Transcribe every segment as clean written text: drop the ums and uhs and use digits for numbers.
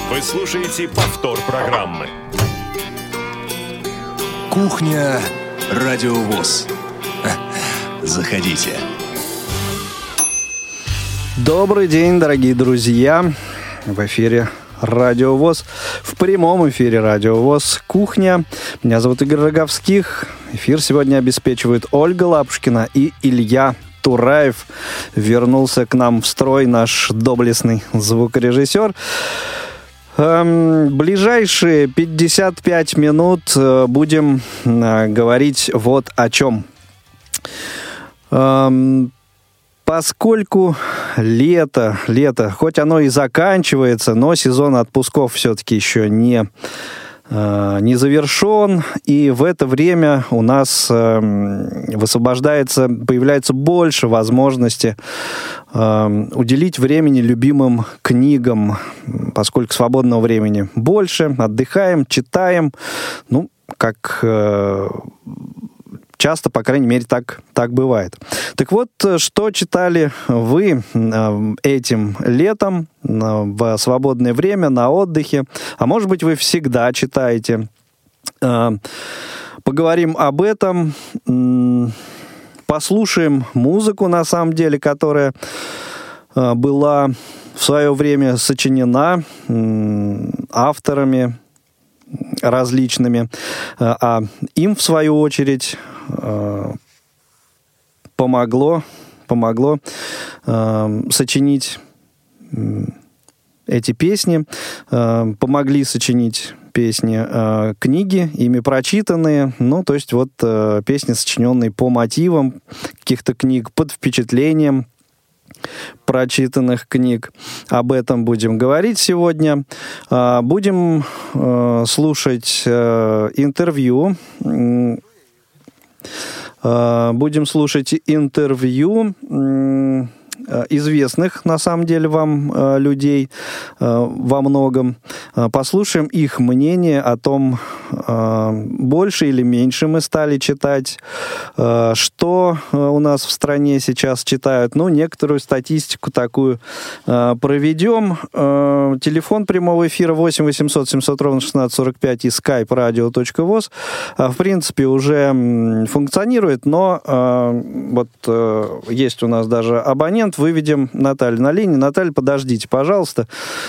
Вы слушаете повтор программы. Кухня Радио ВОС. Заходите. Добрый день, дорогие друзья. В эфире Радио ВОС. В прямом эфире Радио ВОС «Кухня». Меня зовут Игорь Роговских. Эфир сегодня обеспечивают Ольга Лапушкина и Илья Тураев. Вернулся к нам в строй наш доблестный звукорежиссер. Ближайшие 55 минут будем говорить вот о чем. Поскольку лето, хоть оно и заканчивается, но сезон отпусков все-таки еще не завершен, и в это время у нас появляется больше возможности уделить времени любимым книгам, поскольку свободного времени больше, отдыхаем, читаем, как часто, по крайней мере, так бывает. Так вот, что читали вы этим летом в свободное время, на отдыхе? А может быть, вы всегда читаете? Поговорим об этом. Послушаем музыку, на самом деле, которая была в свое время сочинена авторами различными, а им, в свою очередь, помогло сочинить эти песни, помогли сочинить песни, книги, ими прочитанные, то есть вот песни, сочиненные по мотивам каких-то книг, под впечатлением прочитанных книг. Об этом будем говорить сегодня. Будем слушать интервью. Будем слушать интервью известных, на самом деле, вам людей во многом. Послушаем их мнение о том, больше или меньше мы стали читать, что у нас в стране сейчас читают. Некоторую статистику такую проведем. Телефон прямого эфира 8 800 700 ровно 1645 и skype radio.voz в принципе уже функционирует, но вот есть у нас даже абонент. Выведем Наталью на линию. Наталья, подождите, пожалуйста.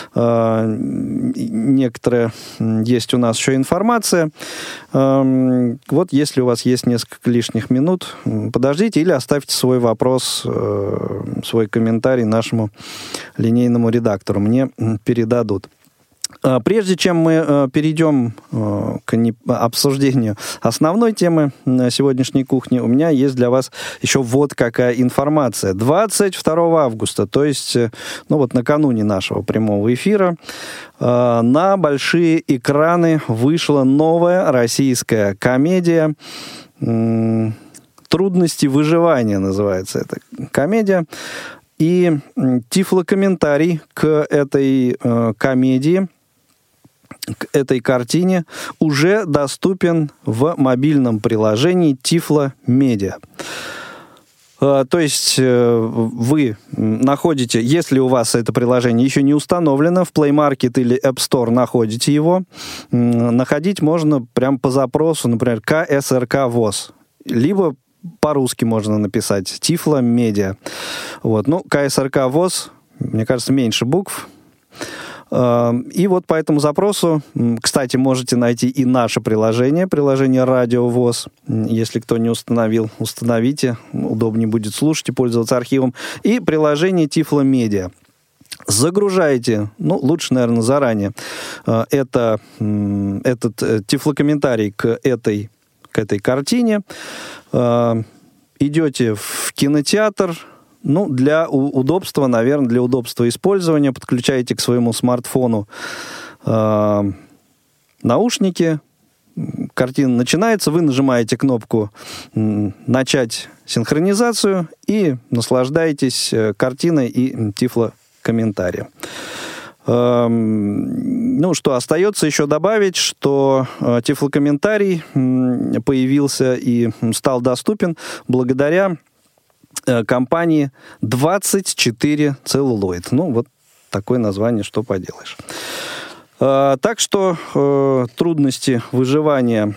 Некоторая есть у нас еще информация. Вот если у вас есть несколько лишних минут, подождите или оставьте свой вопрос, свой комментарий нашему линейному редактору. Мне передадут. Прежде чем мы перейдем к обсуждению основной темы сегодняшней кухни, у меня есть для вас еще вот какая информация. 22 августа, то есть накануне нашего прямого эфира, на большие экраны вышла новая российская комедия «Трудности выживания» называется эта комедия. И тифлокомментарий к этой комедии, к этой картине уже доступен в мобильном приложении Тифло Медиа. То есть вы находите, если у вас это приложение еще не установлено, в Play Market или App Store находите его. Находить можно прям по запросу, например, КСРК ВОС. Либо по-русски можно написать Тифло Медиа. КСРК ВОС, мне кажется, меньше букв. И вот по этому запросу, кстати, можете найти и наше приложение Радио ВОС. Если кто не установил, установите. Удобнее будет слушать и пользоваться архивом. И приложение Тифло Медиа. Загружайте, лучше, наверное, заранее, этот тифлокомментарий к этой картине. Идете в кинотеатр. Для удобства, наверное, для удобства использования подключаете к своему смартфону наушники. Картина начинается, вы нажимаете кнопку «Начать синхронизацию» и наслаждаетесь картиной и тифлокомментарием. Что остается еще добавить, что тифлокомментарий появился и стал доступен благодаря компании 24 целлулоид. Вот такое название, что поделаешь. Так что трудности выживания,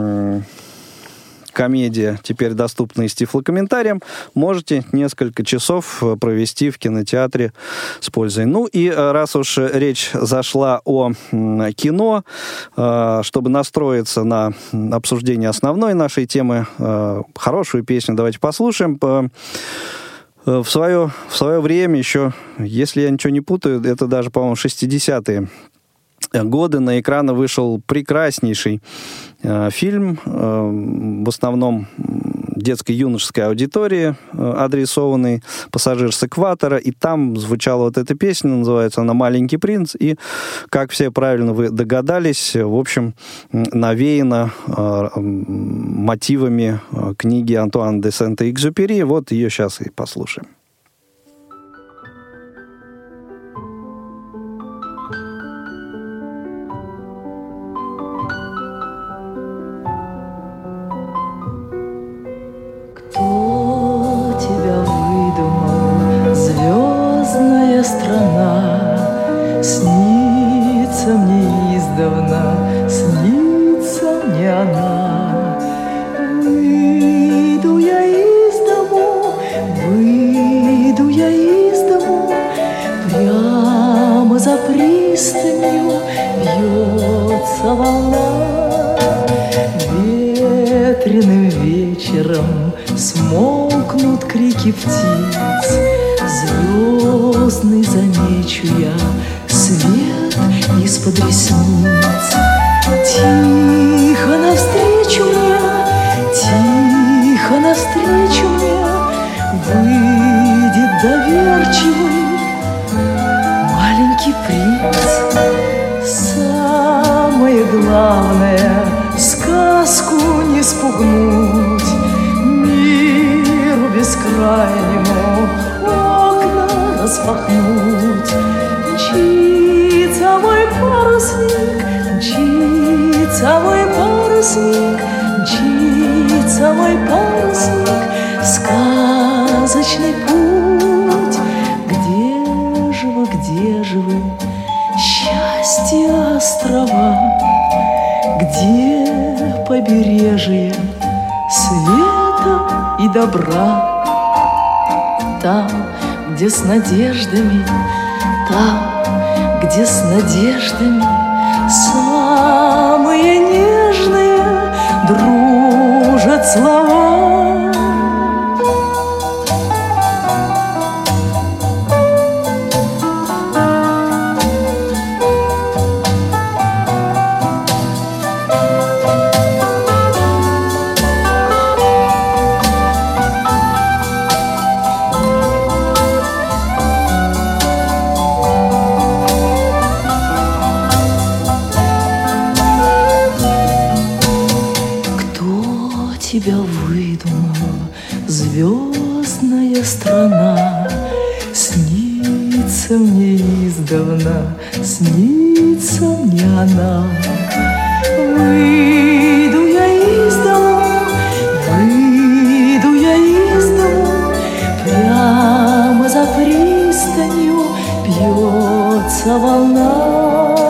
комедия теперь доступна и с тифлокомментарием, можете несколько часов провести в кинотеатре с пользой. Ну и раз уж речь зашла о кино, чтобы настроиться на обсуждение основной нашей темы, хорошую песню давайте послушаем. В свое время еще, если я ничего не путаю, это даже, по-моему, 60-е годы на экраны вышел прекраснейший фильм, в основном детской юношеской аудитории, адресованный «Пассажир с экватора», и там звучала вот эта песня, называется она «Маленький принц», и, как все правильно вы догадались, в общем, навеяна мотивами книги Антуана де Сент-Экзюпери. Вот ее сейчас и послушаем. Страна, снится мне издавна, снится мне она. Выйду я из дому, прямо за пристанью бьется волна. Ветреным вечером смолкнут крики птиц, звездный замечу я свет из-под ресниц. Тихо навстречу мне выйдет доверчивый маленький принц. Самое главное — сказку не спугнуть, миру бескрайнему распахнуть. Мчится мой парусник, мчится мой парусник, мчится мой парусник в сказочный путь. Где же вы, счастье острова? Где побережье света и добра? Там, где с надеждами, там, где с надеждами самые нежные дружат слова. Тебя выдумала звездная страна, снится мне издавна, снится мне она. Выйду я из дому, прямо за пристанью бьется волна.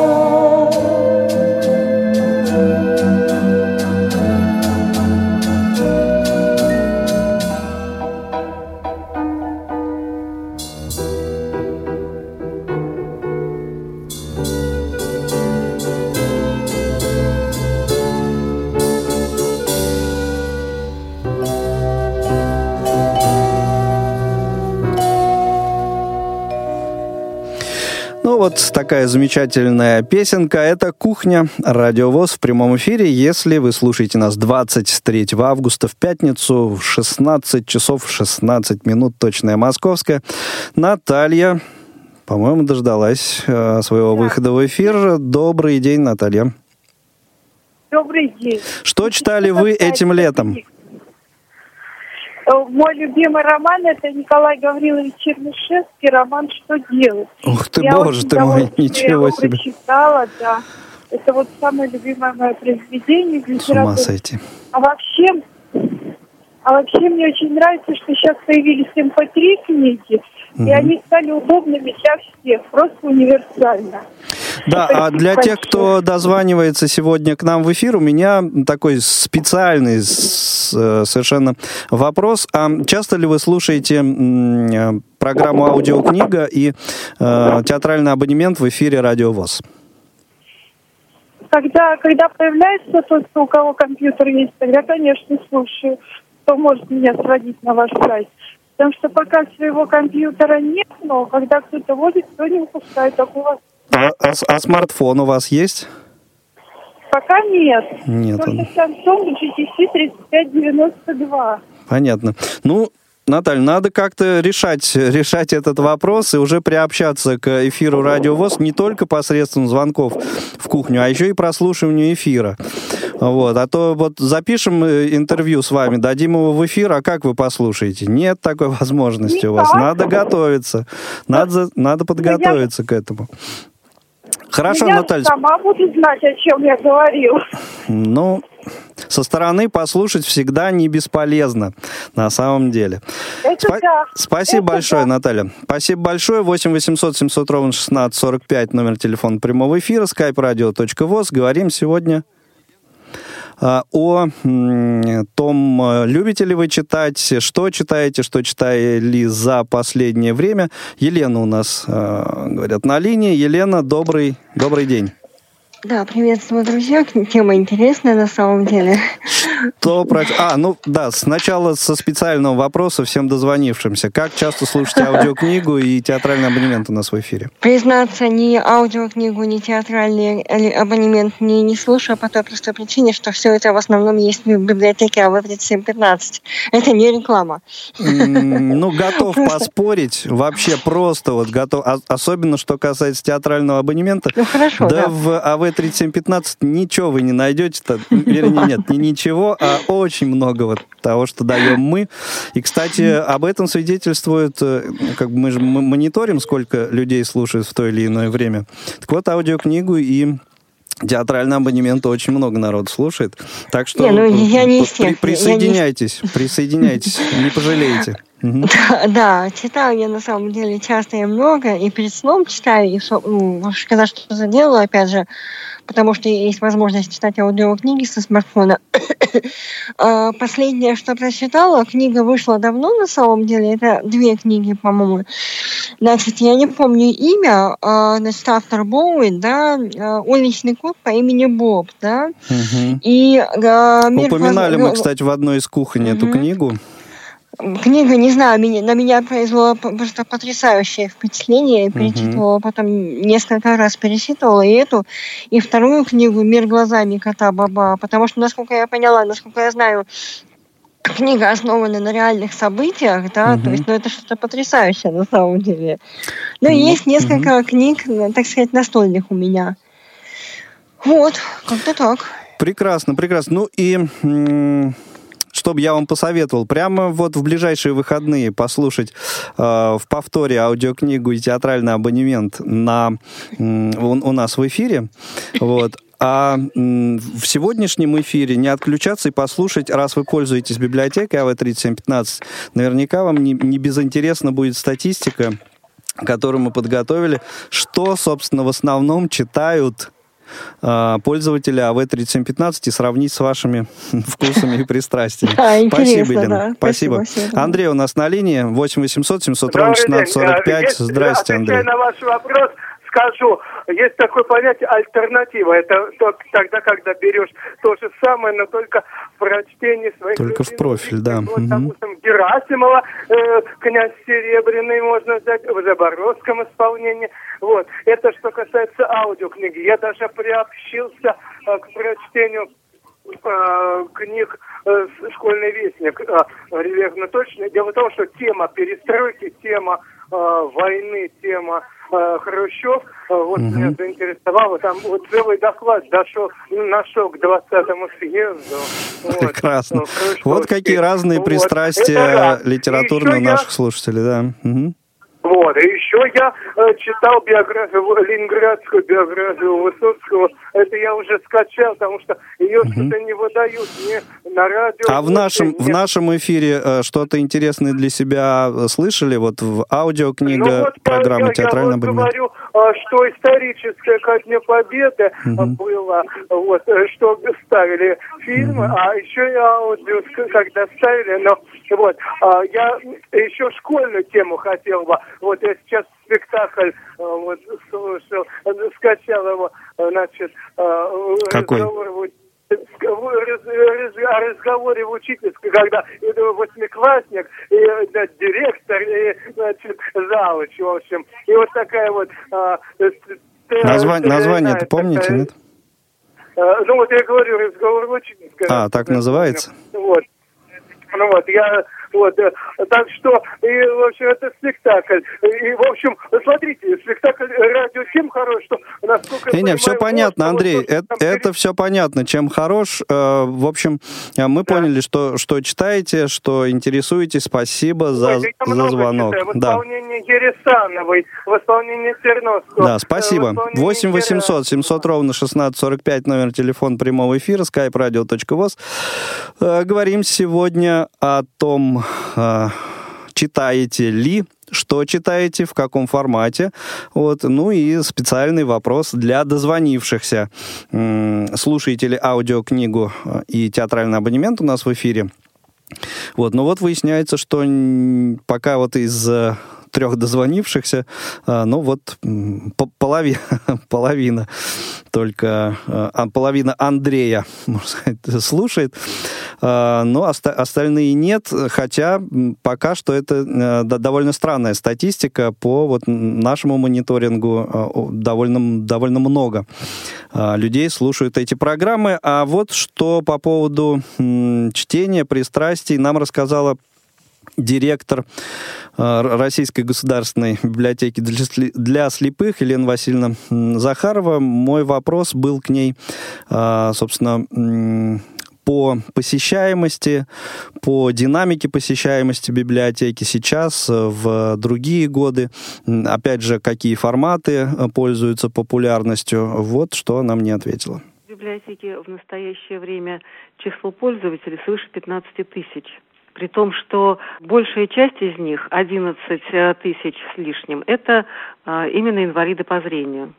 Вот такая замечательная песенка. Это «Кухня», Радио ВОС в прямом эфире. Если вы слушаете нас 23 августа в пятницу в 16 часов 16 минут, точная московская, Наталья, по-моему, дождалась своего выхода в эфир. Добрый день, Наталья. Добрый день. Что читали вы этим летом? Мой любимый роман — это Николай Гаврилович Чернышевский, роман «Что делать?». Ух ты, боже ты мой, ничего себе. Я его прочитала, да. Это вот самое любимое мое произведение в литературе. С ума сойти. А вообще мне очень нравится, что сейчас появились MP3 книги, и они стали удобными для всех, просто универсально. Да, а для тех, кто дозванивается сегодня к нам в эфир, у меня такой специальный совершенно вопрос. А часто ли вы слушаете программу «Аудиокнига» и театральный абонемент в эфире «Радио ВОС»? Когда появляется тот, у кого компьютер есть, тогда, конечно, слушаю, кто может меня сводить на ваш сайт. Потому что пока своего компьютера нет, но когда кто-то водит, то не выпускает. Так у вас... А смартфон у вас есть? Пока нет. Нет. Только Samsung GTC 3592. Понятно. Ну, Наталья, надо как-то решать этот вопрос и уже приобщаться к эфиру «Радио ВОС» не только посредством звонков в кухню, а еще и прослушиванию эфира. Вот. А то вот запишем интервью с вами, дадим его в эфир, а как вы послушаете? Нет такой возможности у вас. Надо готовиться. Надо подготовиться к этому. Хорошо, Наталья. Я сама буду знать, о чем я говорил. Ну, со стороны послушать всегда не бесполезно, на самом деле. Спасибо большое, Наталья. Спасибо большое. 8 800 700 ровно 16 45, номер телефона прямого эфира, skype-radio.voz. Говорим сегодня о том, любите ли вы читать, что читаете, что читали за последнее время. Елена у нас, говорят, на линии. Елена, добрый день. Да, приветствую, друзья. Тема интересная на самом деле. Сначала со специального вопроса всем дозвонившимся. Как часто слушаете аудиокнигу и театральный абонемент у нас в эфире? Признаться, ни аудиокнигу, ни театральный абонемент не слушаю по той простой причине, что все это в основном есть в библиотеке АВ-3715. Это не реклама. Готов поспорить. Вообще просто готов. Особенно, что касается театрального абонемента. Хорошо, да. В АВ-3715 ничего вы не найдете. Вернее, нет, не ничего, а очень много того, что даем мы. И, кстати, об этом свидетельствует, мы же мониторим, сколько людей слушают в то или иное время. Так вот, аудиокнигу и театральный абонемент очень много народу слушает. Так что присоединяйтесь, не пожалеете. Да, читаю я на самом деле часто и много, и перед сном читаю, и когда что-то делаю, опять же, потому что есть возможность читать аудиокниги со смартфона. Последнее, что прочитала, книга вышла давно на самом деле, это 2 книги, по-моему. Значит, я не помню имя, значит, автор Боуэн, да, «Уличный кот по имени Боб», да. И упоминали мы, кстати, в одной из кухонь эту книгу. Книга, не знаю, на меня произвела просто потрясающее впечатление. Я перечитывала, потом несколько раз перечитывала и эту, и вторую книгу «Мир глазами кота Боба», потому что, насколько я поняла, насколько я знаю, книга основана на реальных событиях, да, то есть, это что-то потрясающее на самом деле. Но есть несколько книг, так сказать, настольных у меня. Вот, как-то так. Прекрасно. Ну и... что бы я вам посоветовал, прямо в ближайшие выходные послушать в повторе аудиокнигу и театральный абонемент у нас в эфире. А в сегодняшнем эфире не отключаться и послушать, раз вы пользуетесь библиотекой АВ-3715, наверняка вам не безинтересна будет статистика, которую мы подготовили, что, собственно, в основном читают пользователи АВ-3715 и сравнить с вашими вкусами и пристрастиями. Спасибо, Елена. Спасибо. Андрей у нас на линии. 8 800 700 ровно 1645. Здрасте, Андрей. Отвечая на ваш вопрос, скажу, есть такое понятие альтернатива. Это тогда, когда берешь то же самое, но только в прочтении своих... Только в профиль, да. Допустим, Герасимова, «Князь Серебряный» можно взять, в Забородском исполнении. Это что касается аудиокниги. Я даже приобщился к прочтению книг «Школьный вестник» рельефно-точно. Дело в том, что тема перестройки, тема войны, тема Хрущев, меня заинтересовало. Там целый доклад нашел к 20-му съезду. Прекрасно. Какие разные пристрастия литературные наших слушателей, да. И еще я читал ленинградскую биографию Высоцкого. Это я уже скачал, потому что ее что-то не выдают ни на радио. А в нашем эфире что-то интересное для себя слышали? В аудиокнига, программа «Театральный абонемент»? Я говорю, что историческая ко Дню Победы было, вот, что ставили фильмы, а еще и аудио, когда ставили, но вот, я еще школьную тему хотел бы, вот я сейчас спектакль вот слушал, скачал его, значит, какой? Разговоре в учительской, когда восьмиклассник, и директор, и, значит, завуч, в общем. И вот такая вот... Название-то помните, такая, нет? Ну вот я говорю, разговор в учительской. Так называется? Вот. Ну вот, я... Вот, так что, и, в общем, это спектакль. И, в общем, смотрите, спектакль радио тем хорош, что насколько... Не, все понятно, Андрей, это все понятно, чем хорош. В общем, мы поняли, что читаете, что интересуетесь. Спасибо за звонок. Читаю. В исполнении Ересановой, в исполнении Терновского. Да, спасибо. 8 800 700 ровно 1645, номер телефона прямого эфира, skype-radio.voz. Говорим сегодня о том, читаете ли, что читаете, в каком формате. Вот. Ну и специальный вопрос для дозвонившихся. Слушаете аудиокнигу и театральный абонемент у нас в эфире? Вот. Но вот выясняется, что пока вот из 3 дозвонившихся, ну вот половина только, половина Андрея, можно сказать, слушает, но остальные нет, хотя пока что это довольно странная статистика. По вот нашему мониторингу довольно много людей слушают эти программы. А вот что по поводу чтения, пристрастий нам рассказала директор Российской государственной библиотеки для слепых Елена Васильевна Захарова. Мой вопрос был к ней, собственно, по посещаемости, по динамике посещаемости библиотеки сейчас, в другие годы. Опять же, какие форматы пользуются популярностью. Вот что она мне ответила. В библиотеке в настоящее время число пользователей свыше 15 тысяч. При том, что большая часть из них, 11 тысяч с лишним, это именно инвалиды по зрению.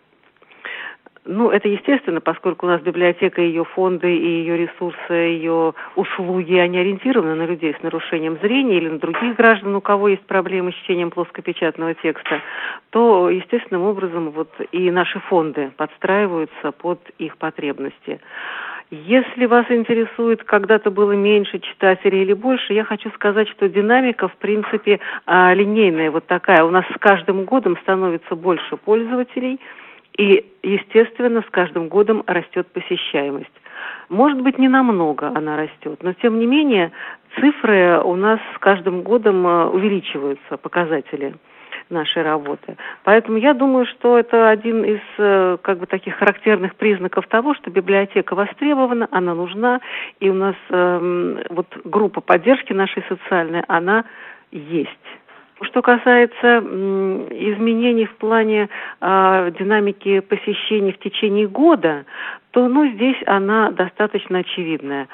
Ну, это естественно, поскольку у нас библиотека, ее фонды, и ее ресурсы, ее услуги, они ориентированы на людей с нарушением зрения или на других граждан, у кого есть проблемы с чтением плоскопечатного текста, то естественным образом вот и наши фонды подстраиваются под их потребности. Если вас интересует, когда-то было меньше читателей или больше, я хочу сказать, что динамика, в принципе, линейная вот такая. У нас с каждым годом становится больше пользователей, и, естественно, с каждым годом растет посещаемость. Может быть, не намного она растет, но, тем не менее, цифры у нас с каждым годом увеличиваются, показатели нашей работы. Поэтому я думаю, что это один из как бы таких характерных признаков того, что библиотека востребована, она нужна, и у нас вот группа поддержки нашей социальной, она есть. Что касается изменений в плане динамики посещений в течение года, то здесь она достаточно очевидная.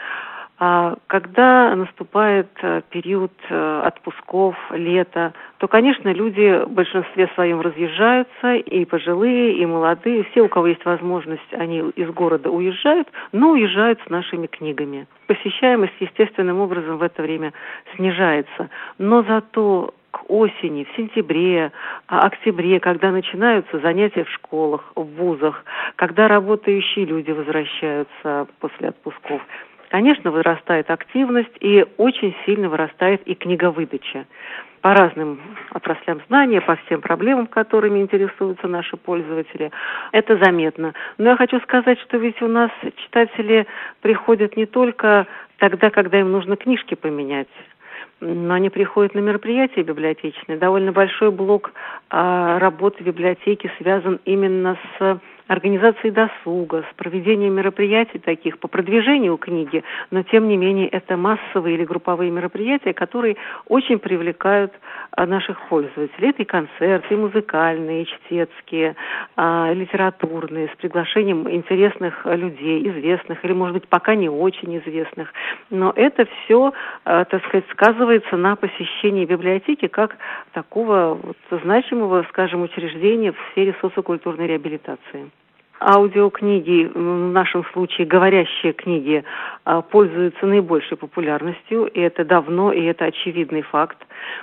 Когда наступает период отпусков, лета, то, конечно, люди в большинстве своем разъезжаются, и пожилые, и молодые, все, у кого есть возможность, они из города уезжают, но уезжают с нашими книгами. Посещаемость естественным образом в это время снижается, но зато к осени, в сентябре, октябре, когда начинаются занятия в школах, в вузах, когда работающие люди возвращаются после отпусков, конечно, вырастает активность, и очень сильно вырастает и книговыдача. По разным отраслям знания, по всем проблемам, которыми интересуются наши пользователи. Это заметно. Но я хочу сказать, что ведь у нас читатели приходят не только тогда, когда им нужно книжки поменять, но они приходят на мероприятия библиотечные. Довольно большой блок работы библиотеки связан именно с организацией досуга, с проведением мероприятий таких по продвижению книги, но тем не менее это массовые или групповые мероприятия, которые очень привлекают наших пользователей. Это и концерты, и музыкальные, и чтецкие, литературные, с приглашением интересных людей, известных или, может быть, пока не очень известных. Но это все, так сказать, сказывается на посещении библиотеки как такого вот значимого, скажем, учреждения в сфере социокультурной реабилитации. Аудиокниги, в нашем случае говорящие книги, пользуются наибольшей популярностью, и это давно, и это очевидный факт.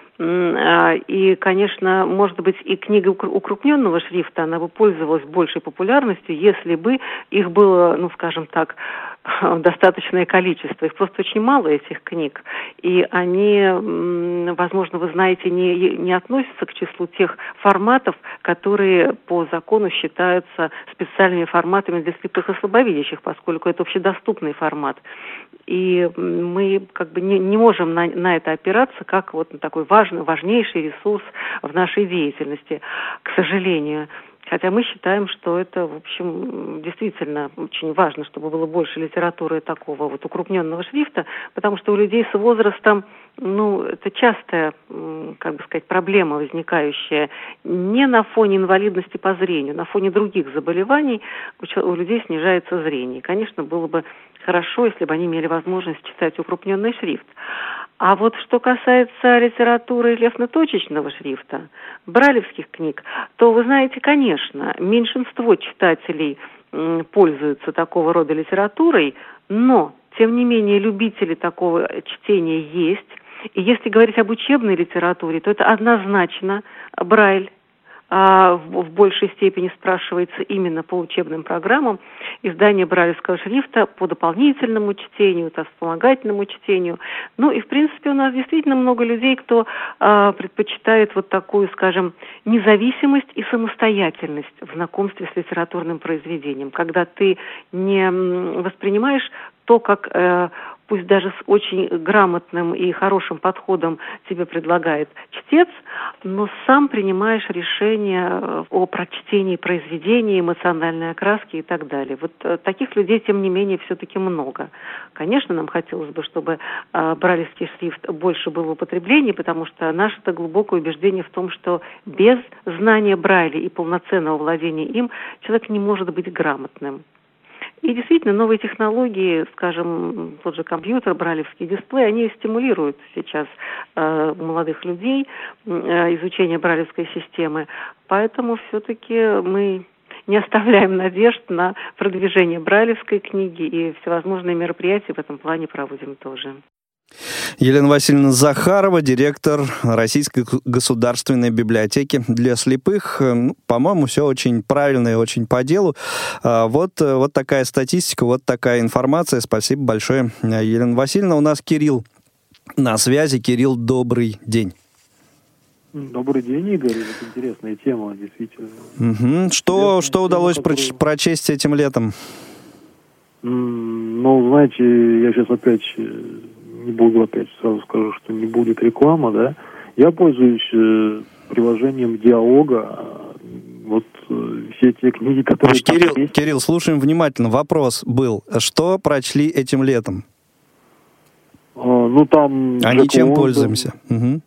И, конечно, может быть, и книга укрупненного шрифта, она бы пользовалась большей популярностью, если бы их было, ну, скажем так, достаточное количество. Их просто очень мало, этих книг. И они, возможно, вы знаете, не относятся к числу тех форматов, которые по закону считаются специальными форматами для слепых и слабовидящих, поскольку это общедоступный формат. И мы как бы не можем на это опираться, как вот на такой важнейший ресурс в нашей деятельности, к сожалению. Хотя мы считаем, что это, в общем, действительно очень важно, чтобы было больше литературы такого вот укрупненного шрифта, потому что у людей с возрастом, ну, это частая, как бы сказать, проблема, возникающая не на фоне инвалидности по зрению, на фоне других заболеваний у людей снижается зрение. И, конечно, было бы хорошо, если бы они имели возможность читать укрупненный шрифт. А вот что касается литературы лефно-точечного шрифта, брайлевских книг, то, вы знаете, конечно, меньшинство читателей пользуются такого рода литературой, но, тем не менее, любители такого чтения есть. И если говорить об учебной литературе, то это однозначно Брайль. В большей степени спрашивается именно по учебным программам издание брайлевского шрифта по дополнительному чтению, по вспомогательному чтению. Ну и, в принципе, у нас действительно много людей, кто предпочитает вот такую, скажем, независимость и самостоятельность в знакомстве с литературным произведением, когда ты не воспринимаешь то, как пусть даже с очень грамотным и хорошим подходом тебе предлагает чтец, но сам принимаешь решение о прочтении произведения, эмоциональной окраски и так далее. Вот таких людей, тем не менее, все-таки много. Конечно, нам хотелось бы, чтобы брайлевский шрифт больше был в употреблении, потому что наше-то глубокое убеждение в том, что без знания Брайля и полноценного владения им человек не может быть грамотным. И действительно, новые технологии, скажем, тот же компьютер, брайлевский дисплей, они стимулируют сейчас молодых людей изучение брайлевской системы. Поэтому все-таки мы не оставляем надежд на продвижение брайлевской книги и всевозможные мероприятия в этом плане проводим тоже. Елена Васильевна Захарова, директор Российской государственной библиотеки для слепых. По-моему, все очень правильно и очень по делу. Вот такая статистика, вот такая информация. Спасибо большое, Елена Васильевна. У нас Кирилл на связи. Кирилл, добрый день. Добрый день, Игорь. Это интересная тема, действительно. Угу. Что удалось прочесть этим летом? Ну, знаете, я сейчас опять... сразу скажу, что не будет реклама, да. Я пользуюсь приложением Диалога. Вот все те книги, которые... Кирилл, слушаем внимательно. Вопрос был, что прочли этим летом? Ну, там... А чем пользуемся? Угу.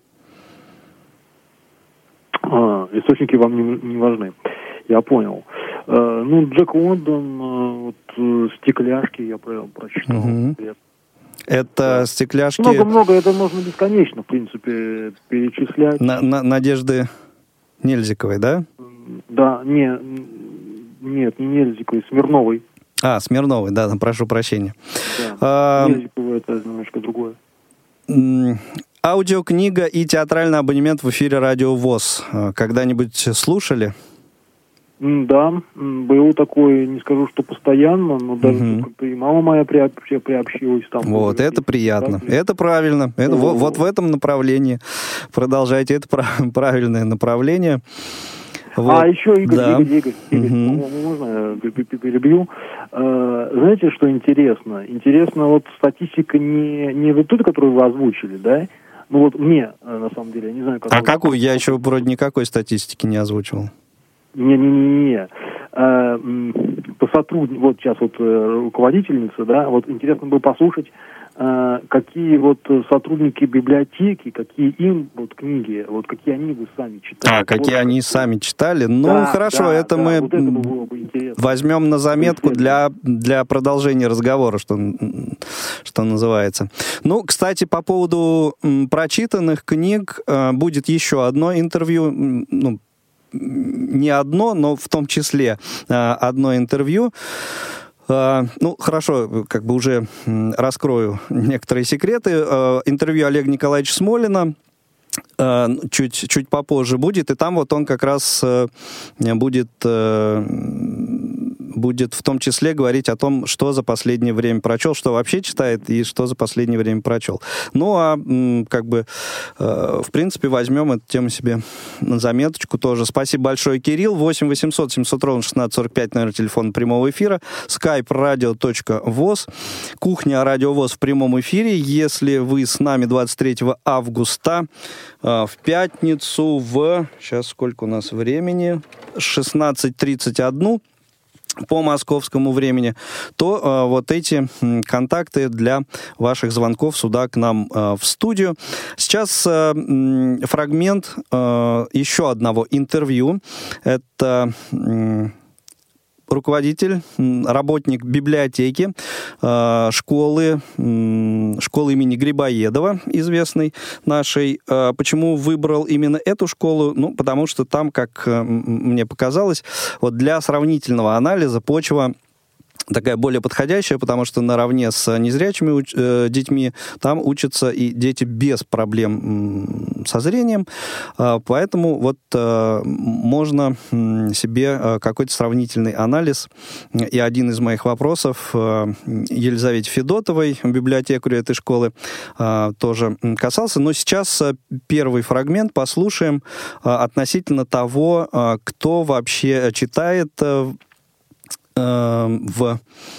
Источники вам не важны. Я понял. Ну, Джек Лондон, вот «Стекляшки» я прочитал. Угу. Это «Стекляшки». Много, это можно бесконечно, в принципе, перечислять. Надежды Нельзиковой, да? Да, нет, не Нельзиковой, Смирновой. Смирновой, да, прошу прощения. Да, Нельзикова это немножко другое. Аудиокнига и театральный абонемент в эфире Радио ВОС. Когда-нибудь слушали? Да, был такой, не скажу, что постоянно, но даже и мама моя приобщилась там. Вот, это приятно, это правильно, это вот в этом направлении продолжайте, это правильное направление. Вот. Еще, Игорь, можно я перебью? Знаете, что интересно? Интересно, вот статистика не вот ту, которую вы озвучили, да? Ну вот мне, на самом деле, я не знаю, как... какую? Я еще вроде никакой статистики не озвучивал. Не. вот сейчас вот руководительница, да, вот интересно было послушать, какие вот сотрудники библиотеки, какие им вот книги, вот какие они бы сами читали. Какие они сами читали? Ну, хорошо, это мы вот это возьмем на заметку для продолжения разговора, что называется. Ну, кстати, по поводу прочитанных книг будет еще одно интервью, ну, не одно, но в том числе одно интервью. Ну, хорошо, как бы уже раскрою некоторые секреты. Интервью Олега Николаевича Смолина чуть попозже будет, и там вот он как раз будет в том числе говорить о том, что за последнее время прочел, что вообще читает и что за последнее время прочел. Ну, а как бы, в принципе, возьмем эту тему себе на заметочку тоже. Спасибо большое, Кирилл. 8 800 700 ровно 1645, номер телефона прямого эфира. Skype radio.voz. Кухня Радио ВОС в прямом эфире. Если вы с нами 23 августа в пятницу сейчас сколько у нас времени? 16:31 по московскому времени, то вот эти контакты для ваших звонков сюда к нам в студию. Сейчас фрагмент еще одного интервью. Это руководитель, работник библиотеки школы имени Грибоедова, известной нашей. Почему выбрал именно эту школу? Ну, потому что там, как мне показалось, вот для сравнительного анализа почва такая более подходящая, потому что наравне с незрячими детьми там учатся и дети без проблем со зрением, поэтому вот можно себе какой-то сравнительный анализ. И один из моих вопросов Елизавете Федотовой, библиотекарю этой школы, тоже касался. Но сейчас первый фрагмент послушаем относительно того, кто вообще читает в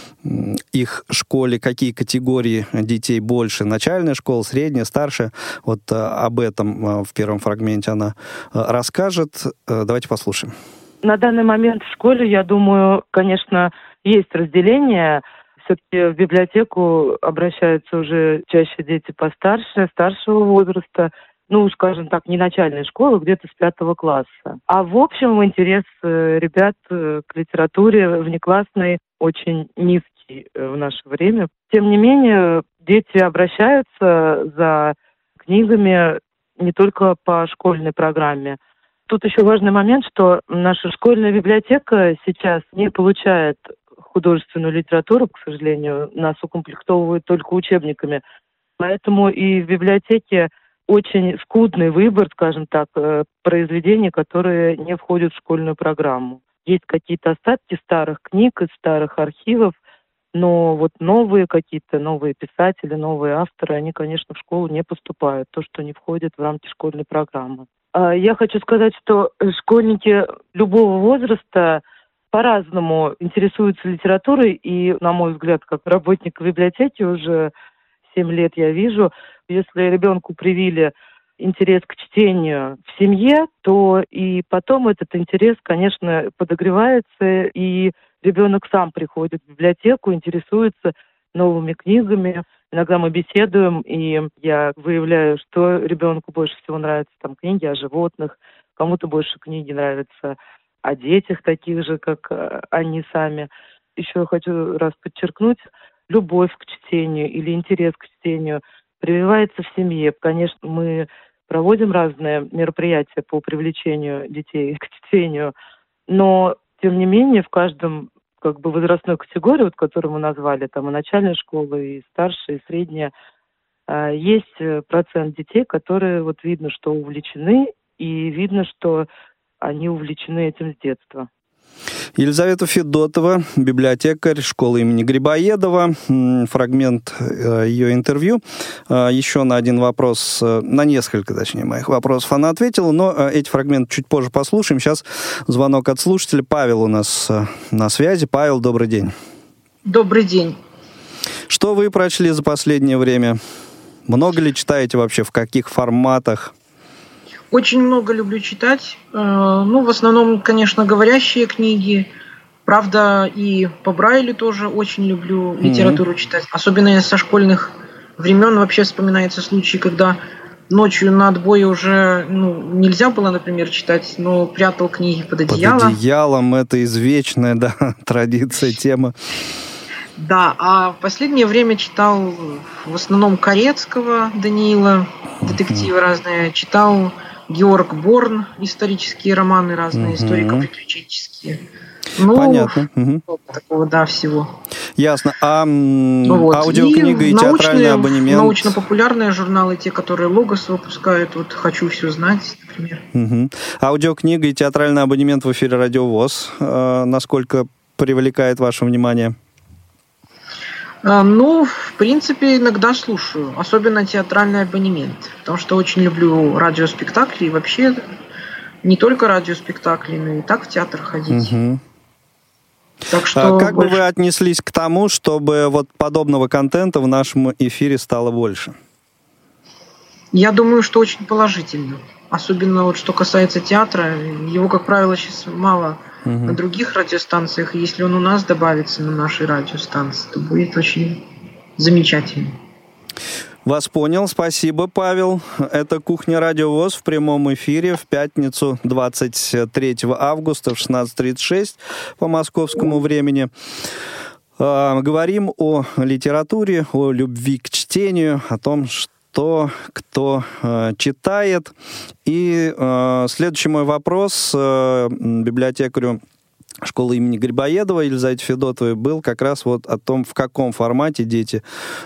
их школе, какие категории детей больше, начальная школа, средняя, старшая. Вот об этом в первом фрагменте она расскажет. Давайте послушаем. На данный момент в школе, я думаю, конечно, есть разделение. Все-таки в библиотеку обращаются уже чаще дети постарше, старшего возраста. Ну, скажем так, не начальной школы, где-то с 5 класса. А в общем интерес ребят к литературе внеклассной очень низкий в наше время. Тем не менее, дети обращаются за книгами не только по школьной программе. Тут еще важный момент, что наша школьная библиотека сейчас не получает художественную литературу, к сожалению, нас укомплектовывают только учебниками. Поэтому и в библиотеке очень скудный выбор, скажем так, произведений, которые не входят в школьную программу. Есть какие-то остатки старых книг из старых архивов, но вот новые писатели, новые авторы, они, конечно, в школу не поступают, то, что не входит в рамки школьной программы. Я хочу сказать, что школьники любого возраста по-разному интересуются литературой, и, на мой взгляд, как работник библиотеки уже 7 лет я вижу, если ребенку привили интерес к чтению в семье, то и потом этот интерес, конечно, подогревается, и ребенок сам приходит в библиотеку, интересуется новыми книгами. Иногда мы беседуем, и я выявляю, что ребенку больше всего нравятся там книги о животных, кому-то больше книги нравятся о детях, таких же, как они сами. Еще хочу раз подчеркнуть, любовь к чтению или интерес к чтению прививается в семье. Конечно, мы проводим разные мероприятия по привлечению детей к чтению, но, тем не менее, в каждом возрастной категории, вот, которую мы назвали, там и начальная школа, и старшая, и средняя, есть процент детей, которые вот видно, что увлечены, и видно, что они увлечены этим с детства. Елизавета Федотова, библиотекарь школы имени Грибоедова. Фрагмент ее интервью. Еще на один вопрос, на несколько, точнее, моих вопросов она ответила, но эти фрагменты чуть позже послушаем. Сейчас звонок от слушателя. Павел у нас на связи. Павел, добрый день. Добрый день. Что вы прочли за последнее время? Много ли читаете вообще? В каких форматах? Очень много люблю читать. В основном, конечно, говорящие книги, Правда, и по Брайлю тоже очень люблю литературу читать. Особенно со школьных времен вообще вспоминается случай, когда ночью на отбое уже нельзя было, например, читать, но прятал книги под одеялом. Под одеялом это извечная, да, традиция, тема. Да, а в последнее время читал в основном Корецкого Даниила, детективы разные, читал Георг Борн, исторические романы разные, историко-приключенческие. Понятно. Такого, да, всего. Ясно. А аудиокнига и театральный абонемент? Научно-популярные журналы, те, которые Логос выпускает, вот «Хочу все знать», например. Аудиокнига и театральный абонемент в эфире Радио ВОС. Насколько привлекает ваше внимание? В принципе, иногда слушаю. Особенно театральный абонемент. Потому что очень люблю радиоспектакли. И вообще не только радиоспектакли, но и так в театр ходить. Так что как бы вы отнеслись к тому, чтобы вот подобного контента в нашем эфире стало больше? Я думаю, что очень положительно. Особенно вот что касается театра. Его, как правило, сейчас мало на других радиостанциях. И если он у нас добавится на нашей радиостанции, то будет очень замечательно. Вас понял. Спасибо, Павел. Это «Кухня Радио ВОС» в прямом эфире в пятницу 23 августа в 16:36 по московскому времени. Говорим о литературе, о любви к чтению, о том, кто читает. И следующий мой вопрос библиотекарю школы имени Грибоедова Елизавете Федотовой был как раз вот о том, в каком формате дети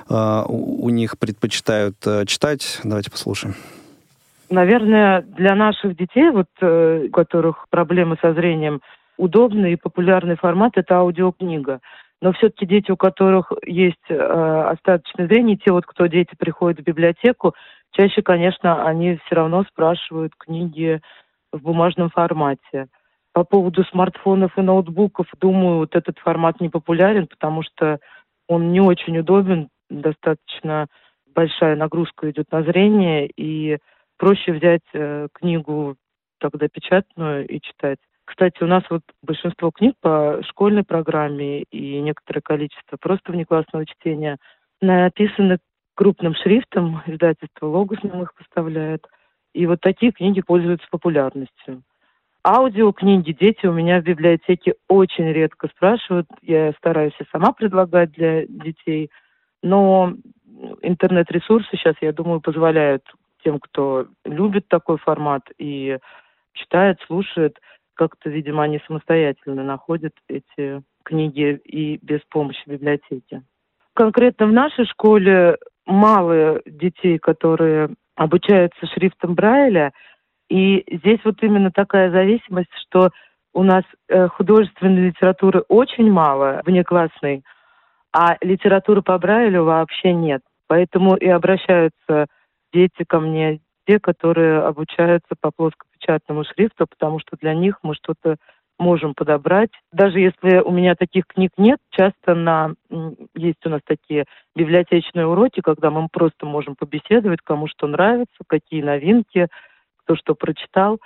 у них предпочитают читать. Давайте послушаем. Наверное, для наших детей, у которых проблемы со зрением, удобный и популярный формат – это аудиокнига. Но все-таки дети, у которых есть остаточное зрение, те, кто дети приходят в библиотеку, чаще, конечно, они все равно спрашивают книги в бумажном формате. По поводу смартфонов и ноутбуков, думаю, этот формат не популярен, потому что он не очень удобен, достаточно большая нагрузка идет на зрение, и проще взять книгу тогда печатную и читать. Кстати, у нас большинство книг по школьной программе и некоторое количество просто внеклассного чтения написаны крупным шрифтом, издательство «Логос» нам их поставляет, и такие книги пользуются популярностью. Аудиокниги дети у меня в библиотеке очень редко спрашивают. Я стараюсь и сама предлагать для детей. Но интернет-ресурсы сейчас, я думаю, позволяют тем, кто любит такой формат и читает, слушает, как-то, видимо, они самостоятельно находят эти книги и без помощи библиотеки. Конкретно в нашей школе мало детей, которые обучаются шрифтом Брайля. И здесь именно такая зависимость, что у нас художественной литературы очень мало, внеклассной, а литературы по Брайлю вообще нет. Поэтому и обращаются дети ко мне, те, которые обучаются по плоскопечатному шрифту, потому что для них мы что-то можем подобрать. Даже если у меня таких книг нет, часто есть у нас такие библиотечные уроки, когда мы просто можем побеседовать, кому что нравится, какие новинки, кто что прочитал.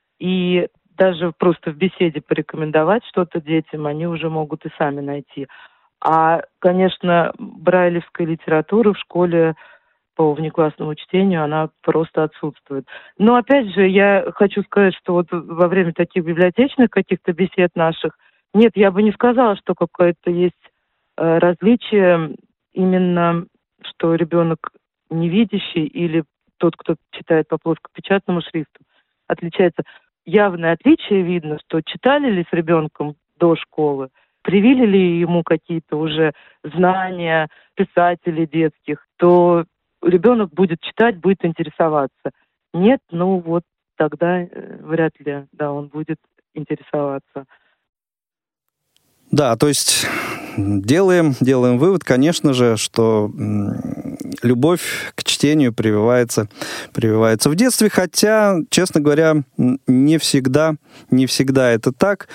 И даже просто в беседе порекомендовать что-то детям, они уже могут и сами найти. А, конечно, брайлевская литература в школе по внеклассному чтению, она просто отсутствует. Но, опять же, я хочу сказать, что во время таких библиотечных каких-то бесед наших, нет, я бы не сказала, что какое-то есть различие именно, что ребенок невидящий или тот, кто читает по плоскопечатному шрифту, отличается. Явное отличие видно, что читали ли с ребенком до школы, привили ли ему какие-то уже знания писателей детских, то ребенок будет читать, будет интересоваться. Нет, тогда вряд ли, он будет интересоваться. Да, то есть делаем вывод, конечно же, что любовь к чтению прививается в детстве, хотя, честно говоря, не всегда это так.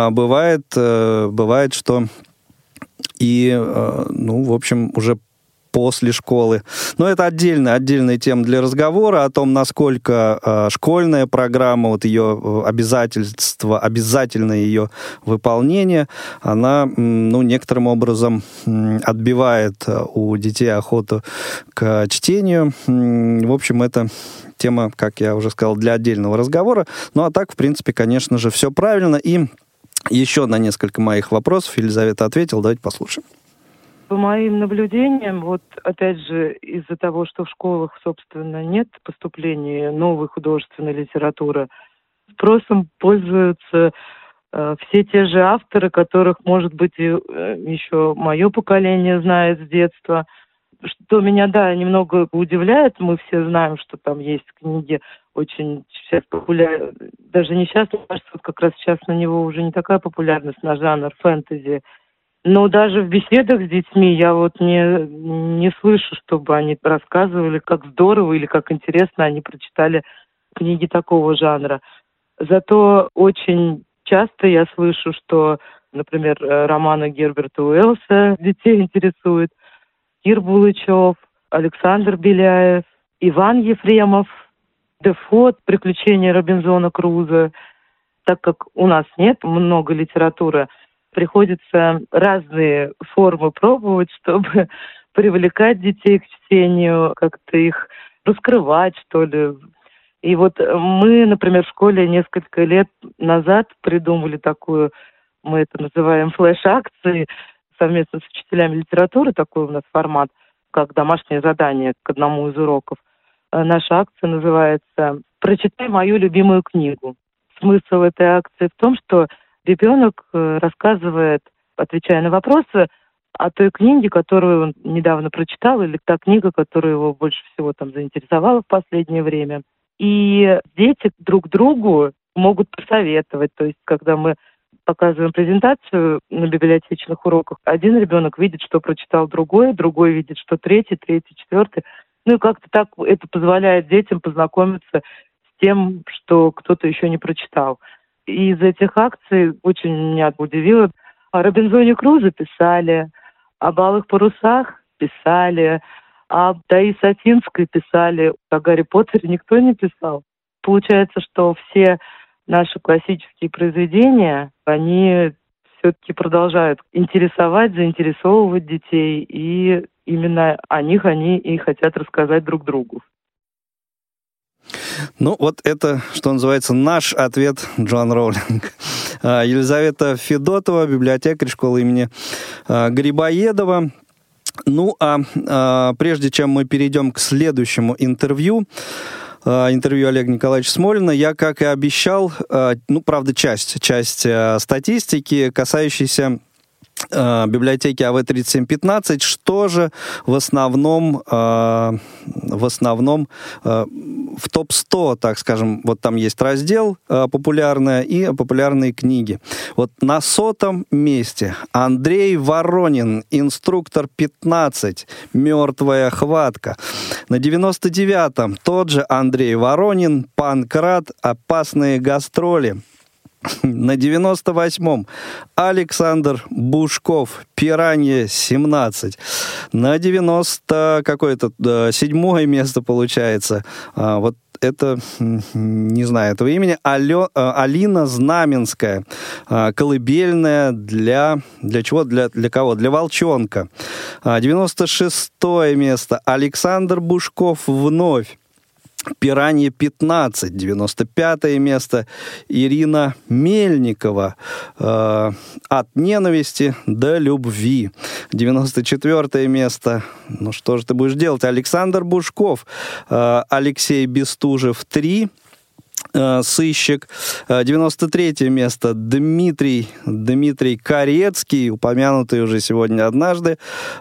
Бывает, что и, в общем, уже после школы. Но это отдельная тема для разговора о том, насколько школьная программа, вот ее обязательство, обязательное ее выполнение, она, некоторым образом отбивает у детей охоту к чтению. В общем, это тема, как я уже сказал, для отдельного разговора. Ну, а так, в принципе, конечно же, все правильно. И еще на несколько моих вопросов Елизавета ответила. Давайте послушаем. По моим наблюдениям, вот опять же, из-за того, что в школах, собственно, нет поступления новой художественной литературы, спросом пользуются все те же авторы, которых, может быть, и еще мое поколение знает с детства. Что меня, немного удивляет, мы все знаем, что там есть книги очень сейчас популярны, даже не сейчас, мне кажется, вот как раз сейчас на него уже не такая популярность, на жанр фэнтези. Но даже в беседах с детьми я вот не слышу, чтобы они рассказывали, как здорово или как интересно они прочитали книги такого жанра. Зато очень часто я слышу, что, например, романы Герберта Уэллса детей интересуют, Кир Булычев, Александр Беляев, Иван Ефремов, Дефо, «Приключения Робинзона Крузо». Так как у нас нет много литературы, приходится разные формы пробовать, чтобы привлекать детей к чтению, как-то их раскрывать, что ли. И вот мы, например, в школе несколько лет назад придумали такую, мы это называем флеш-акцией, совместно с учителями литературы, такой у нас формат, как домашнее задание к одному из уроков. Наша акция называется «Прочитай мою любимую книгу». Смысл этой акции в том, что ребенок рассказывает, отвечая на вопросы, о той книге, которую он недавно прочитал, или та книга, которая его больше всего там заинтересовала в последнее время. И дети друг другу могут посоветовать. То есть, когда мы показываем презентацию на библиотечных уроках, один ребенок видит, что прочитал другой видит, что третий, четвертый. Ну и как-то так это позволяет детям познакомиться с тем, что кто-то еще не прочитал. И из этих акций очень меня удивило. О Робинзоне Крузо писали, об «Алых парусах» писали, об Таис Афинской писали, о Гарри Поттере никто не писал. Получается, что все наши классические произведения, они все-таки продолжают интересовать, заинтересовывать детей, и именно о них они и хотят рассказать друг другу. Ну, вот это, что называется, наш ответ Джоан Роулинг. Елизавета Федотова, библиотекарь школы имени Грибоедова. Ну, а прежде чем мы перейдем к следующему интервью Олега Николаевича Смолина, я, как и обещал, правда, часть статистики, касающейся библиотеки АВ-3715, что же в основном в топ-100, так скажем, вот там есть раздел «Популярное» и «Популярные книги». Вот на 100-м месте Андрей Воронин, «Инструктор 15», «Мертвая хватка». На 99-м тот же Андрей Воронин, «Панкрат. Опасные гастроли». На 98-м Александр Бушков, «Пиранья 17». На 97-е место получается. Вот это, не знаю этого имени, Алина Знаменская, «Колыбельная» для чего? Для кого? Для волчонка. 96-е место Александр Бушков, «Вновь». «Пиранья 15», 95-е место Ирина Мельникова, «От ненависти до любви». 94-е место, ну что же ты будешь делать, Александр Бушков, Алексей Бестужев, 3, «Сыщик». 93-е место Дмитрий Корецкий, упомянутый уже сегодня однажды.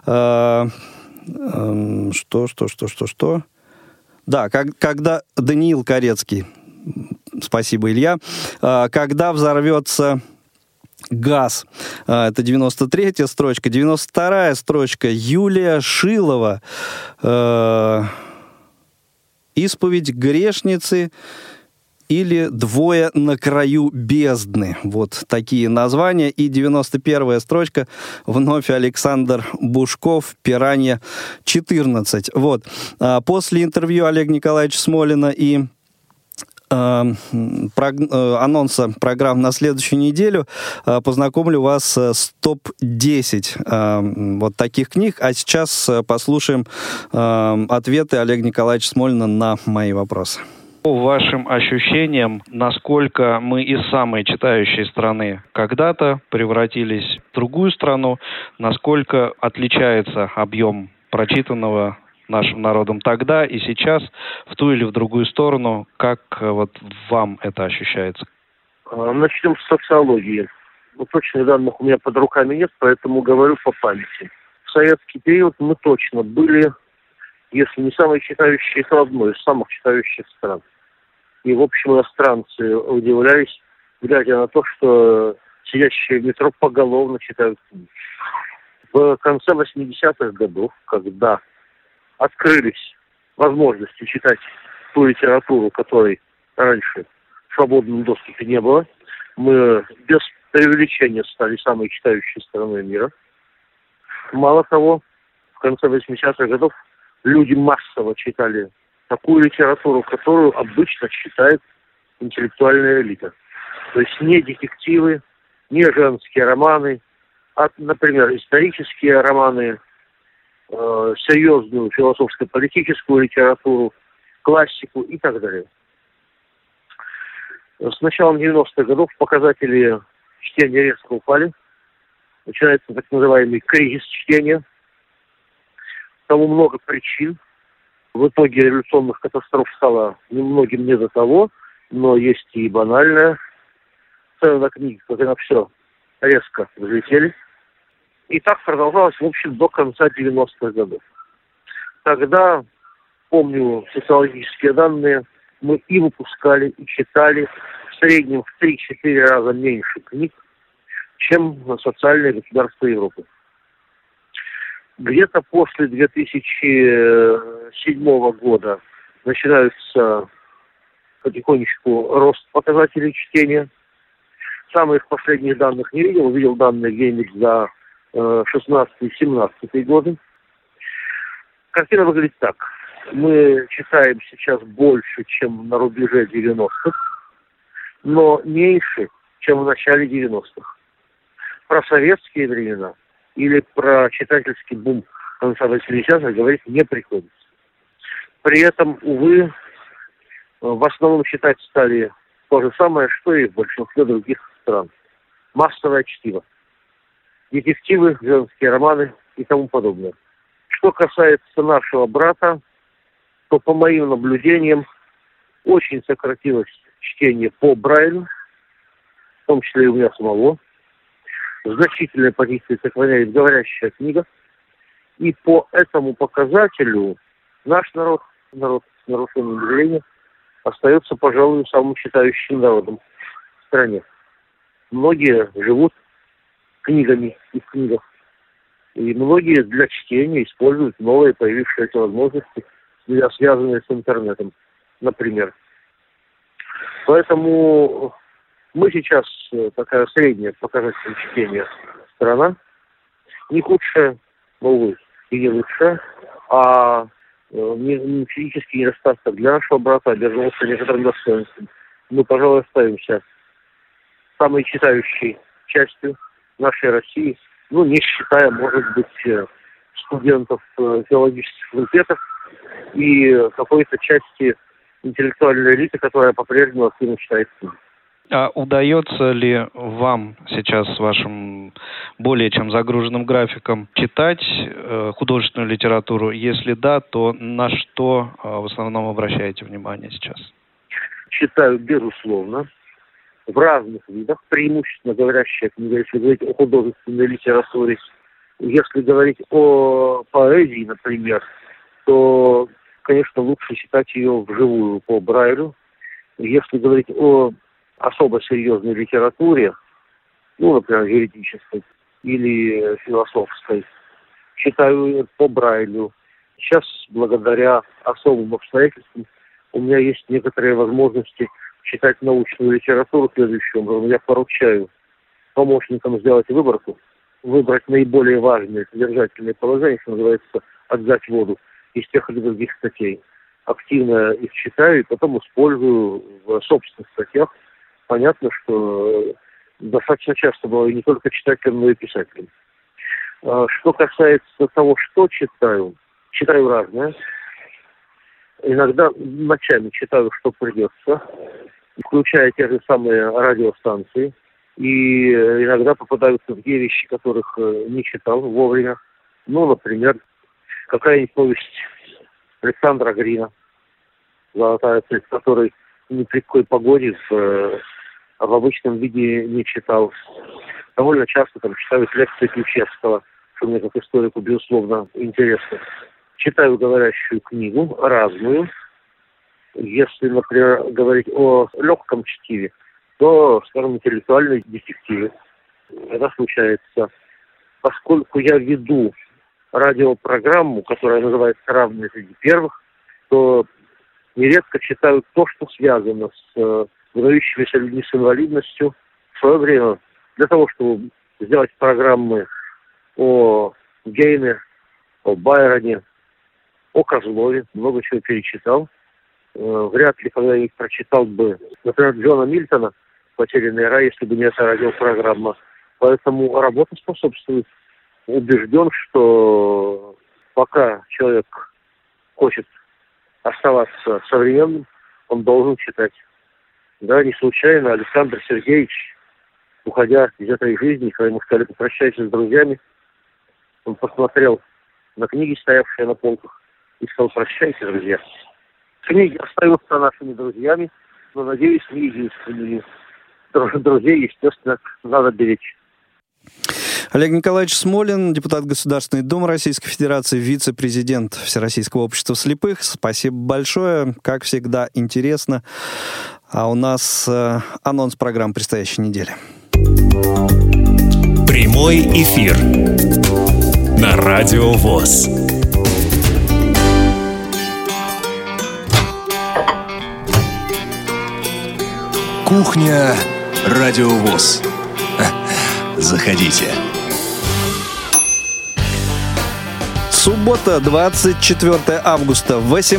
Что? Да, когда Даниил Корецкий, спасибо, Илья, «Когда взорвется газ». Это 93-я строчка. 92-я строчка Юлия Шилова, «Исповедь грешницы». или «Двое на краю бездны». Вот такие названия. И 91-я строчка вновь Александр Бушков, «Пиранья-14». Вот. После интервью Олега Николаевича Смолина и анонса программ на следующую неделю познакомлю вас с топ-10 вот таких книг. А сейчас послушаем ответы Олега Николаевича Смолина на мои вопросы. По вашим ощущениям, насколько мы из самой читающей страны когда-то превратились в другую страну, насколько отличается объем прочитанного нашим народом тогда и сейчас в ту или в другую сторону, как вот вам это ощущается? Начнем с социологии. Точных данных у меня под руками нет, поэтому говорю по памяти. В советский период мы точно были, если не самые читающие, то одной из самых читающих стран. И, в общем, иностранцы удивлялись, глядя на то, что сидящие в метро поголовно читают книги. В конце 80-х годов, когда открылись возможности читать ту литературу, которой раньше в свободном доступе не было, мы без преувеличения стали самой читающей страной мира. Мало того, в конце 80-х годов люди массово читали такую литературу, которую обычно читает интеллектуальная элита. То есть не детективы, не женские романы, а, например, исторические романы, серьезную философско-политическую литературу, классику и так далее. С началом 90-х годов показатели чтения резко упали. Начинается так называемый кризис чтения. Тому много причин. В итоге революционных катастроф стало немногим не до того, но есть и банальное. Цены на книги, как и на все, резко взлетели. И так продолжалось, в общем, до конца 90-х годов. Тогда, помню социологические данные, мы и выпускали, и читали в среднем в 3-4 раза меньше книг, чем социальные государства Европы. Где-то после 2007 года начинается потихонечку рост показателей чтения. Самых последних данных не видел, увидел данные где-нибудь за 16-17 годы. Картина выглядит так. Мы читаем сейчас больше, чем на рубеже 90-х, но меньше, чем в начале 90-х. Про советские времена или про читательский бум конца 80-х говорить не приходится. При этом, увы, в основном читать стали то же самое, что и в большинстве других стран. Массовое чтиво. Детективы, женские романы и тому подобное. Что касается нашего брата, то по моим наблюдениям очень сократилось чтение по Брайлю, в том числе и у меня самого. Значительные позиции сохраняет говорящая книга. И по этому показателю наш народ с нарушенным зрением, остается, пожалуй, самым читающим народом в стране. Многие живут книгами и в книгах. И многие для чтения используют новые появившиеся возможности, связанные с интернетом, например. Поэтому мы сейчас такая средняя показатель чтения страна. Не худшая, но, увы, и не лучшая, а физический недостаток для нашего брата обернулся некоторым достоинством. Мы, пожалуй, оставимся самой читающей частью нашей России, не считая, может быть, студентов филологических факультетов и какой-то части интеллектуальной элиты, которая по-прежнему активно читает книги. А удается ли вам сейчас с вашим более чем загруженным графиком читать художественную литературу? Если да, то на что в основном обращаете внимание сейчас? Читаю, безусловно, в разных видах, преимущественно говорящая книга, если говорить о художественной литературе. Если говорить о поэзии, например, то, конечно, лучше читать ее вживую по Брайлю. Если говорить о особо серьезной литературе, например, юридической или философской, читаю по Брайлю. Сейчас, благодаря особым обстоятельствам, у меня есть некоторые возможности читать научную литературу следующим образом. Я поручаю помощникам сделать выборку, выбрать наиболее важные содержательные положения, что называется, отдать воду из тех или других статей. Активно их читаю и потом использую в собственных статьях. Понятно, что достаточно часто бываю не только читателем, но и писателем. Что касается того, что читаю разное. Иногда ночами читаю, что придется, включая те же самые радиостанции. И иногда попадаются такие вещи, которых не читал вовремя. Ну, например, какая-нибудь повесть Александра Грина, «Золотая цель», который ни при какой погоде в обычном виде не читал. Довольно часто там читаю лекции Ключевского, что мне как историку, безусловно, интересно. Читаю говорящую книгу, разную. Если, например, говорить о легком чтиве, то, скажем, интеллектуальные детективы. Это случается. Поскольку я веду радиопрограмму, которая называется «Равные среди первых», то нередко читаю то, что связано с выдающимися людьми с инвалидностью. В свое время для того, чтобы сделать программы о Гейне, о Байроне, о Козлове, много чего перечитал. Вряд ли когда-нибудь прочитал бы, например, Джона Мильтона «Потерянный рай», если бы не эта радиопрограмма. Поэтому работа способствует. Убежден, что пока человек хочет оставаться современным, он должен читать. Да, не случайно Александр Сергеевич, уходя из этой жизни, когда ему сказали «попрощайся с друзьями», он посмотрел на книги, стоявшие на полках, и сказал «прощайте, друзья». Книги остаются нашими друзьями, но, надеюсь, не единственными. Друзей, естественно, надо беречь. Олег Николаевич Смолин, депутат Государственной Думы Российской Федерации, вице-президент Всероссийского общества слепых. Спасибо большое. Как всегда, интересно. А у нас анонс программ предстоящей недели. Прямой эфир на Радио ВОС. Кухня Радио ВОС. Заходите. Суббота, 24 августа,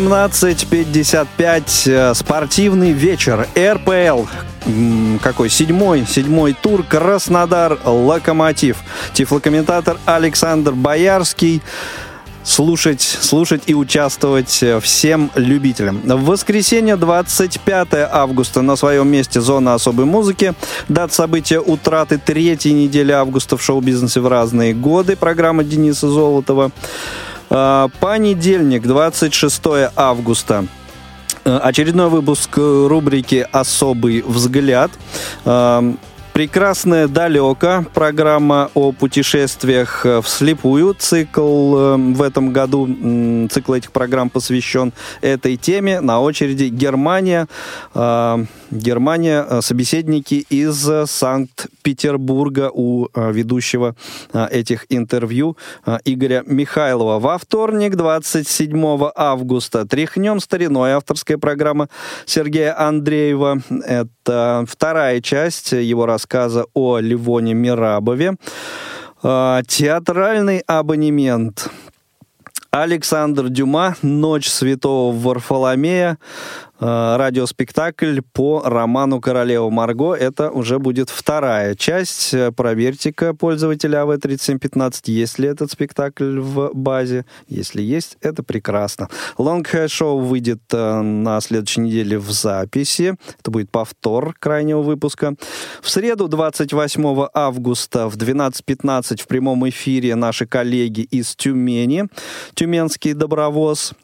18:55, спортивный вечер, РПЛ. Какой? Седьмой тур, Краснодар, Локомотив. Тифлокомментатор Александр Боярский. Слушать и участвовать всем любителям. В воскресенье, 25 августа, на своем месте «Зона особой музыки». Дата события утраты третьей недели августа в шоу-бизнесе в разные годы. Программа Дениса Золотова. Понедельник, 26 августа. Очередной выпуск рубрики «Особый взгляд». «Прекрасное далеко», программа о путешествиях вслепую. Цикл в этом году, цикл этих программ посвящен этой теме. На очереди Германия. Германия, собеседники из Санкт-Петербурга у ведущего этих интервью Игоря Михайлова. Во вторник, 27 августа, «Тряхнем стариной», авторская программа Сергея Андреева. Это вторая часть его рассказа о Левоне Мерабове. Театральный абонемент. Александр Дюма, «Ночь святого Варфоломея», радиоспектакль по роману «Королева Марго». Это уже будет вторая часть. Проверьте-ка, пользователя АВ-3715, есть ли этот спектакль в базе. Если есть, это прекрасно. Long Hair Show выйдет на следующей неделе в записи. Это будет повтор крайнего выпуска. В среду, 28 августа в 12:15 в прямом эфире наши коллеги из Тюмени, Тюменский добровоз.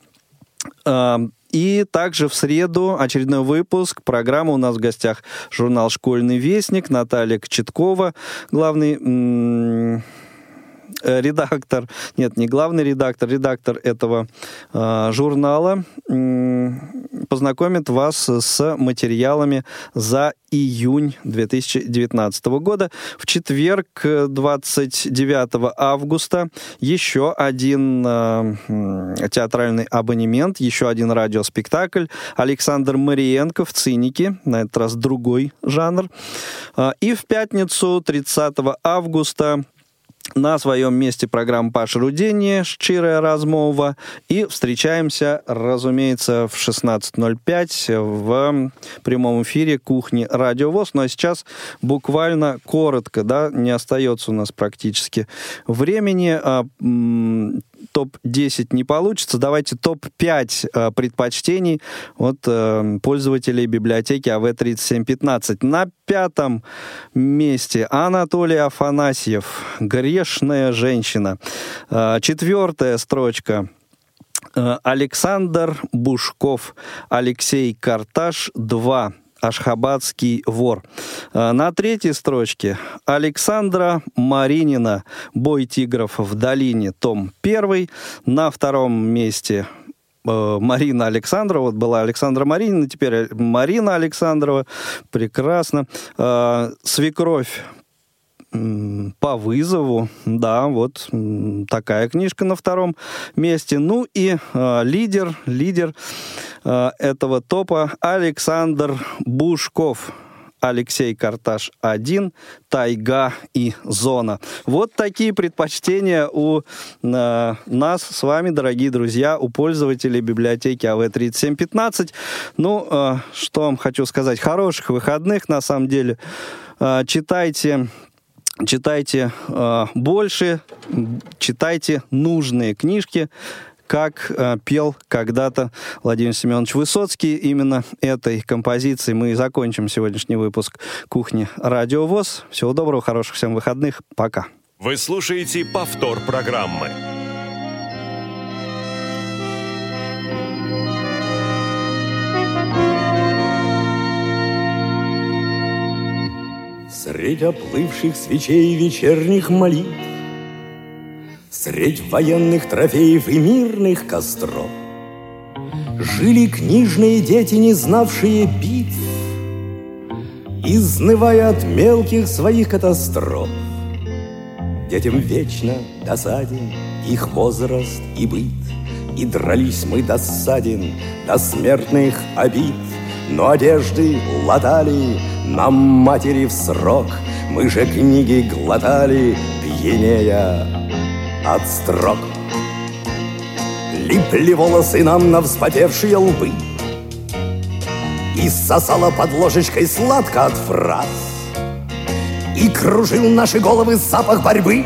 И также в среду очередной выпуск программы. У нас в гостях журнал «Школьный вестник», Наталья Кочеткова, главный редактор, нет, не главный редактор, редактор этого журнала познакомит вас с материалами за июнь 2019 года. В четверг, 29 августа, еще один театральный абонемент, еще один радиоспектакль. Александр Мариенков «Циники», на этот раз другой жанр. И в пятницу, 30 августа, на своем месте программа Паша Рудени «Щирая размова». И встречаемся, разумеется, в 16:05 в прямом эфире «Кухни Радио ВОС». Ну а сейчас буквально коротко, да, не остается у нас практически времени. Топ-10 не получится. Давайте топ-5 предпочтений от пользователей библиотеки АВ-3715. На 5-м месте Анатолий Афанасьев «Грешная женщина». 4-я строчка Александр Бушков, Алексей Карташ, 2. Ашхабадский вор. На 3-й строчке Александра Маринина «Бой тигров в долине», том 1. На 2-м месте Марина Александрова. Вот была Александра Маринина, теперь Марина Александрова. Прекрасно. «Свекровь по вызову». Да, вот такая книжка на 2-м месте. Ну и лидер этого топа Александр Бушков. Алексей Карташ 1, «Тайга и зона». Вот такие предпочтения у нас с вами, дорогие друзья, у пользователей библиотеки АВ-3715. Ну, что вам хочу сказать. Хороших выходных, на самом деле. Читайте больше, читайте нужные книжки, как пел когда-то Владимир Семенович Высоцкий. Именно этой композицией мы и закончим сегодняшний выпуск «Кухни Радио ВОС». Всего доброго, хороших всем выходных. Пока. Вы слушаете повтор программы. Средь оплывших свечей вечерних молитв, средь военных трофеев и мирных костров жили книжные дети, не знавшие битв, изнывая от мелких своих катастроф. Детям вечно досаден их возраст и быт, и дрались мы досаден до смертных обид. Но одежды латали нам матери в срок, мы же книги глотали, пьянея от строк. Липли волосы нам на вспотевшие лбы, и сосала под ложечкой сладко от фраз, и кружил наши головы запах борьбы,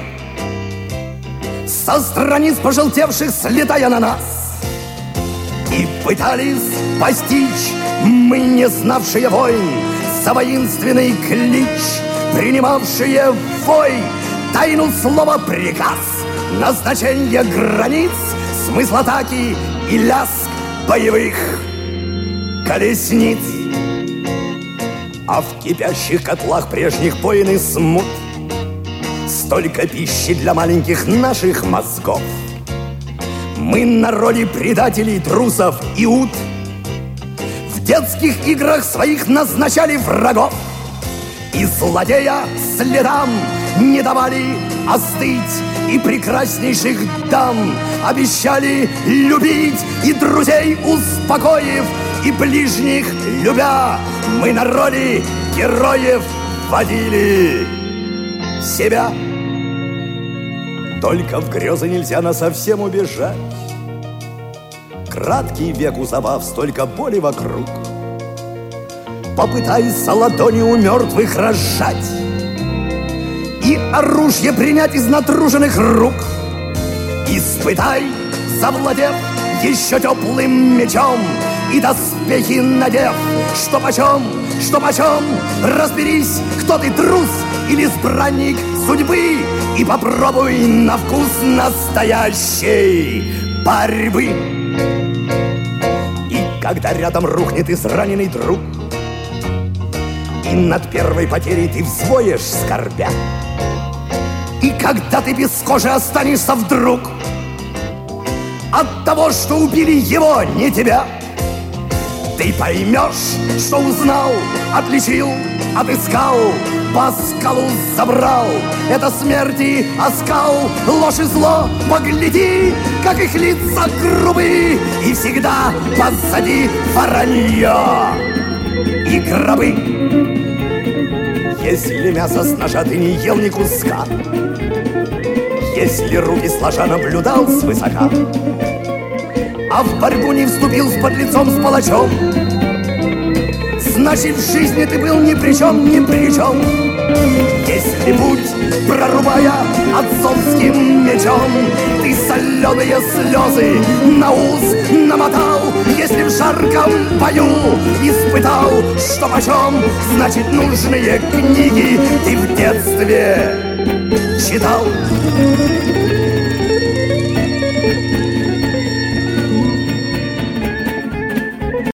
со страниц пожелтевших слетая на нас. И пытались постичь мы, не знавшие войн, за воинственный клич, принимавшие вой, тайну слова приказ, назначение границ, смысл атаки и лязг боевых колесниц. А в кипящих котлах прежних войн и смут столько пищи для маленьких наших мозгов. Мы на роли предателей, трусов и ут в детских играх своих назначали врагов, и злодея следам не давали остыть, и прекраснейших дам обещали любить, и друзей успокоив, и ближних любя, мы на роли героев водили себя. Только в грезы нельзя насовсем убежать. Краткий век у забав, столько боли вокруг. Попытайся ладони у мертвых разжать и оружие принять из натруженных рук. Испытай, завладев еще теплым мечом, и доспехи надев, что почем, разберись, кто ты, трус или избранник судьбы, и попробуй на вкус настоящей борьбы. И когда рядом рухнет израненный друг, и над первой потерей ты взвоешь скорбя, И когда ты без кожи останешься вдруг от того, что убили его, не тебя, ты поймешь, что узнал, отличил, отыскал, по скалу забрал. Это смерти оскал, ложь и зло. Погляди, как их лица грубы, и всегда позади воронье и гробы. Если мясо с ножа ты не ел ни куска, если руки сложа наблюдал свысока, а в борьбу не вступил с подлецом, с палачом, значит, в жизни ты был ни при чем, ни при чем. Если путь, прорубая отцовским мечом, ты соленые слезы на ус намотал, если в жарком бою испытал, что почем, значит, нужные книги ты в детстве читал.